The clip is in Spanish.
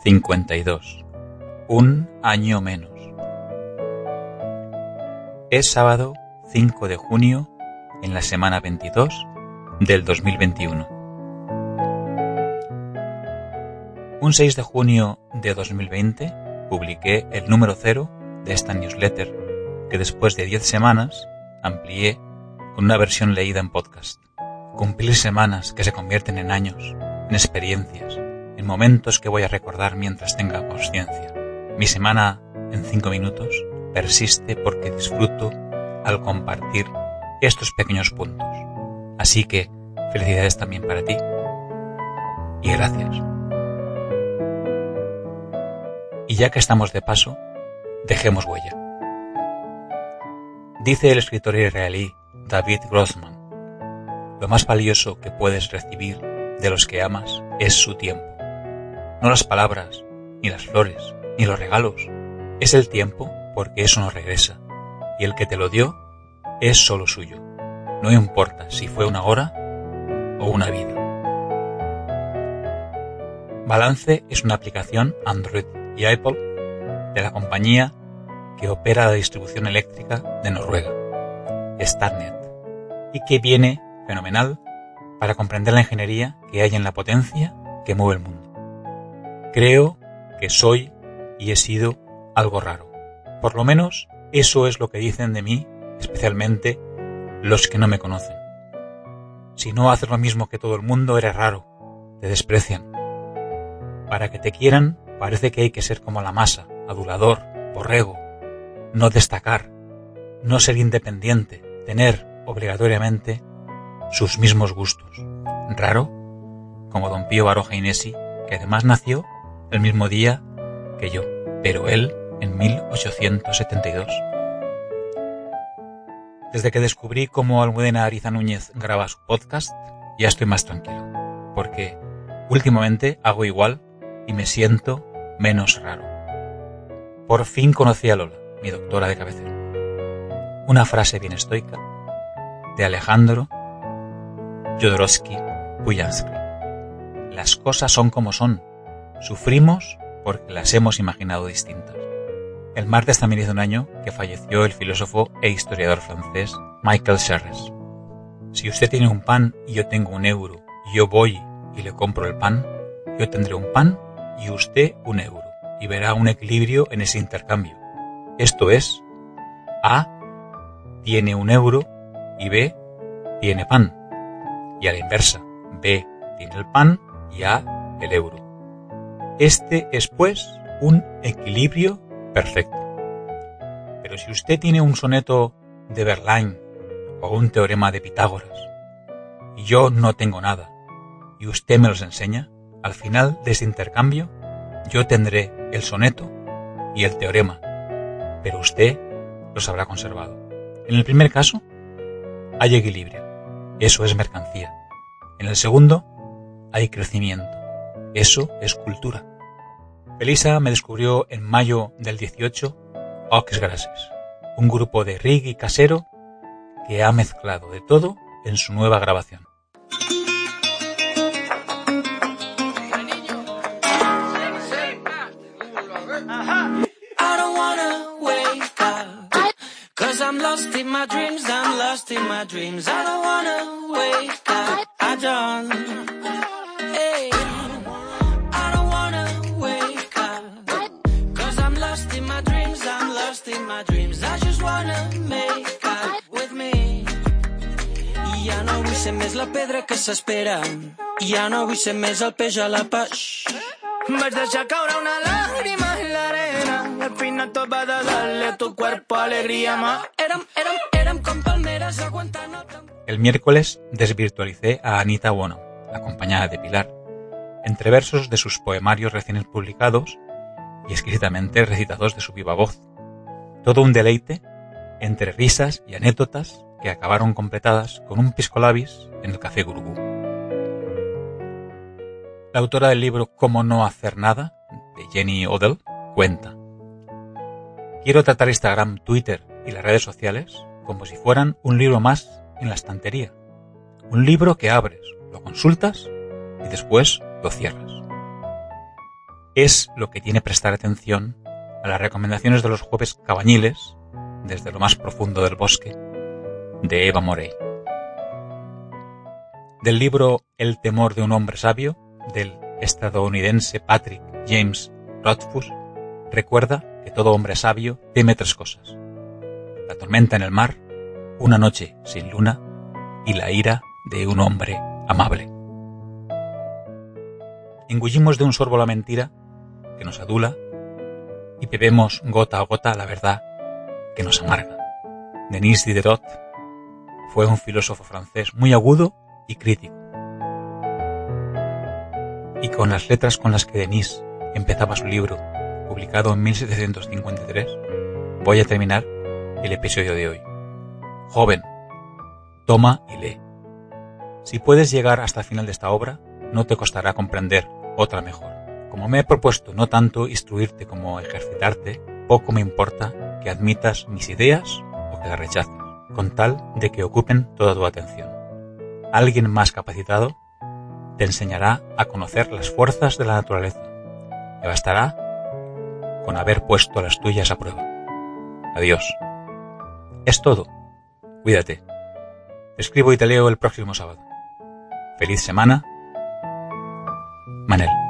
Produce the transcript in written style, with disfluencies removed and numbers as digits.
52. Un año menos. Es sábado 5 de junio en la semana 22 del 2021. Un 6 de junio de 2020 publiqué el número 0 de esta newsletter que después de 10 semanas amplié con una versión leída en podcast. Cumplir semanas que se convierten en años, en experiencias, en momentos que voy a recordar mientras tenga consciencia. Mi semana en 5 minutos persiste porque disfruto al compartir estos pequeños puntos. Así que felicidades también para ti. Y gracias. Y ya que estamos de paso, dejemos huella. Dice el escritor israelí David Grossman: lo más valioso que puedes recibir de los que amas es su tiempo. No las palabras, ni las flores, ni los regalos. Es el tiempo, porque eso no regresa. Y el que te lo dio es solo suyo. No importa si fue una hora o una vida. Balance es una aplicación Android y Apple de la compañía que opera la distribución eléctrica de Noruega, Statnett, y que viene fenomenal para comprender la ingeniería que hay en la potencia que mueve el mundo. Creo que soy y he sido algo raro. Por lo menos eso es lo que dicen de mí, especialmente los que no me conocen. Si no haces lo mismo que todo el mundo, eres raro, te desprecian. Para que te quieran, parece que hay que ser como la masa, adulador, borrego, no destacar, no ser independiente, tener obligatoriamente sus mismos gustos. Raro, como don Pío Baroja Inesi, que además nació el mismo día que yo, pero él en 1872. Desde que descubrí cómo Almudena Ariza Núñez graba su podcast, ya estoy más tranquilo, porque últimamente hago igual y me siento menos raro. Por fin conocí a Lola, mi doctora de cabecera. Una frase bien estoica de Alejandro Jodorowsky-Pujansky. Las cosas son como son. Sufrimos porque las hemos imaginado distintas. El martes también hizo un año que falleció el filósofo e historiador francés Michael Serres. Si usted tiene un pan y yo tengo €1 y yo voy y le compro el pan, yo tendré un pan y usted €1 y verá un equilibrio en ese intercambio. Esto es, A tiene €1 y B tiene pan, y a la inversa, B tiene el pan y A el euro. Este es pues un equilibrio perfecto. Pero si usted tiene un soneto de Verlaine o un teorema de Pitágoras y yo no tengo nada y usted me los enseña, al final de ese intercambio yo tendré el soneto y el teorema, pero usted los habrá conservado. En el primer caso hay equilibrio, eso es mercancía. En el segundo hay crecimiento, eso es cultura. Felisa me descubrió en mayo del 18 Oques Grasses, un grupo de reggae casero que ha mezclado de todo en su nueva grabación. I'm lost in my dreams, I'm lost in my dreams. I don't wanna wake up, I don't. Hey, I don't wanna wake up, 'cause I'm lost in my dreams, I'm lost in my dreams. I just wanna make up with me. I ja no vull ser més la pedra que s'espera, i ja no vull ser més el peix a la peix. Vaig deixar caure una lágrima en la arena, al final tot va de darle a tu cuerpo alegría más. Érem com palmeras aguantando. El miércoles desvirtualicé a Anita Bonham, acompañada de Pilar, entre versos de sus poemarios recién publicados y exquisitamente recitados de su viva voz. Todo un deleite entre risas y anécdotas que acabaron completadas con un pisco labis en el Café Gurugú. La autora del libro Cómo no hacer nada, de Jenny Odell, cuenta: quiero tratar Instagram, Twitter y las redes sociales como si fueran un libro más en la estantería. Un libro que abres, lo consultas y después lo cierras. es lo que tiene prestar atención a las recomendaciones de los jueves cabañiles desde lo más profundo del bosque de Eva Morey. Del libro El temor de un hombre sabio, del estadounidense Patrick James Rothfuss, recuerda que todo hombre sabio teme 3 cosas: la tormenta en el mar, una noche sin luna y la ira de un hombre amable. Engullimos de un sorbo la mentira que nos adula y bebemos gota a gota la verdad que nos amarga. Denis Diderot fue un filósofo francés muy agudo y crítico. Y con las letras con las que Denis empezaba su libro, publicado en 1753, voy a terminar el episodio de hoy. Joven, toma y lee. Si puedes llegar hasta el final de esta obra, no te costará comprender otra mejor. Como me he propuesto no tanto instruirte como ejercitarte, poco me importa que admitas mis ideas o que las rechaces, con tal de que ocupen toda tu atención. Alguien más capacitado te enseñará a conocer las fuerzas de la naturaleza. Te bastará con haber puesto las tuyas a prueba. Adiós. Es todo. Cuídate. Te escribo y te leo el próximo sábado. Feliz semana. Manel.